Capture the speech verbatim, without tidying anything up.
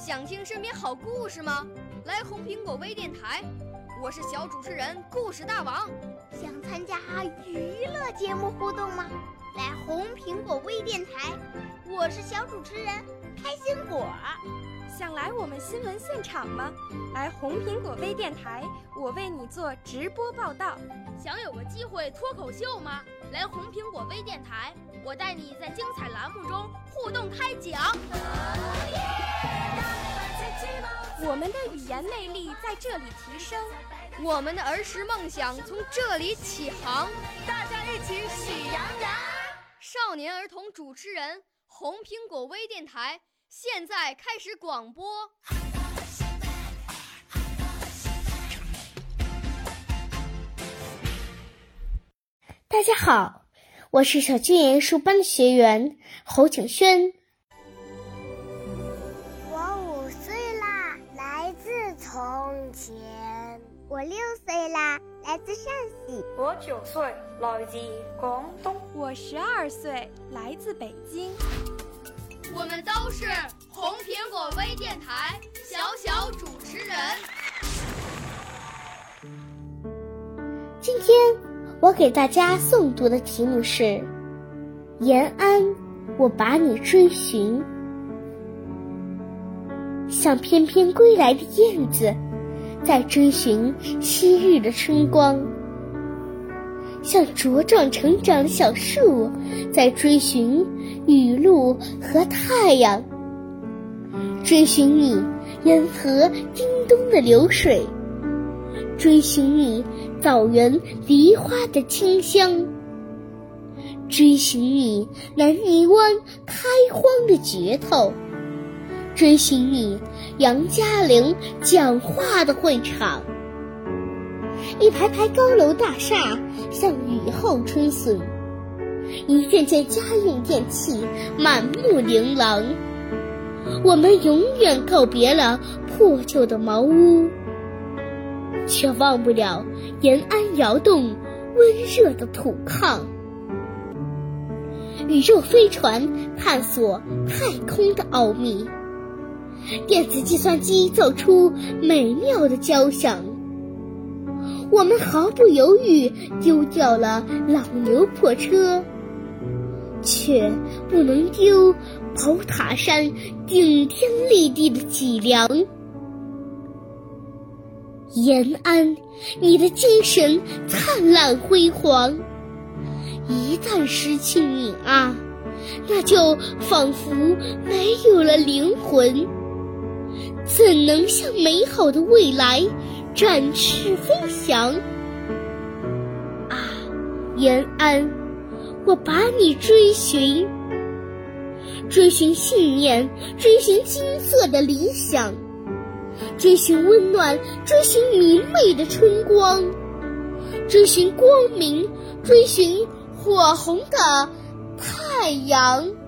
想听身边好故事吗？来红苹果微电台，我是小主持人故事大王。 想参加娱乐节目互动吗？来红苹果微电台，我是小主持人开心果。 想来我们新闻现场吗？来红苹果微电台，我为你做直播报道。 想有个机会脱口秀吗？来红苹果微电台，我带你在精彩栏目中互动开讲。 我们的语言魅力在这里提升， 我们的儿时梦想从这里起航。 大家一起喜羊羊。 少年儿童主持人，红苹果微电台现在开始广播。 大家好，我是小军研书班的学员侯景轩。 我五岁啦，来自从前。我六岁啦，来自陕西。 我九岁，来自广东。 我十二岁，来自北京。 我们都是红苹果微电台小小主持人。 今天我给大家诵读的题目是延安，我把你追寻。像翩翩归来的燕子，在追寻昔日的春光，像茁壮成长的小树，在追寻雨露和太阳，追寻你沿河叮咚的流水，追寻你枣园梨花的清香，追寻你南泥湾开荒的镢头，追寻你杨家岭讲话的会场。一排排高楼大厦像雨后春笋，一件件家用电器满目琳琅。我们永远告别了破旧的茅屋，却忘不了延安窑洞温热的土炕。宇宙飞船探索太空的奥秘，电子计算机奏出美妙的交响。我们毫不犹豫丢掉了老牛破车，却不能丢宝塔山顶天立地的脊梁。延安，你的精神灿烂辉煌，一旦失去你啊，那就仿佛没有了灵魂，怎能向美好的未来展翅飞翔？啊，延安，我把你追寻，追寻信念，追寻金色的理想，追寻温暖，追寻明媚的春光，追寻光明，追寻火红的太阳。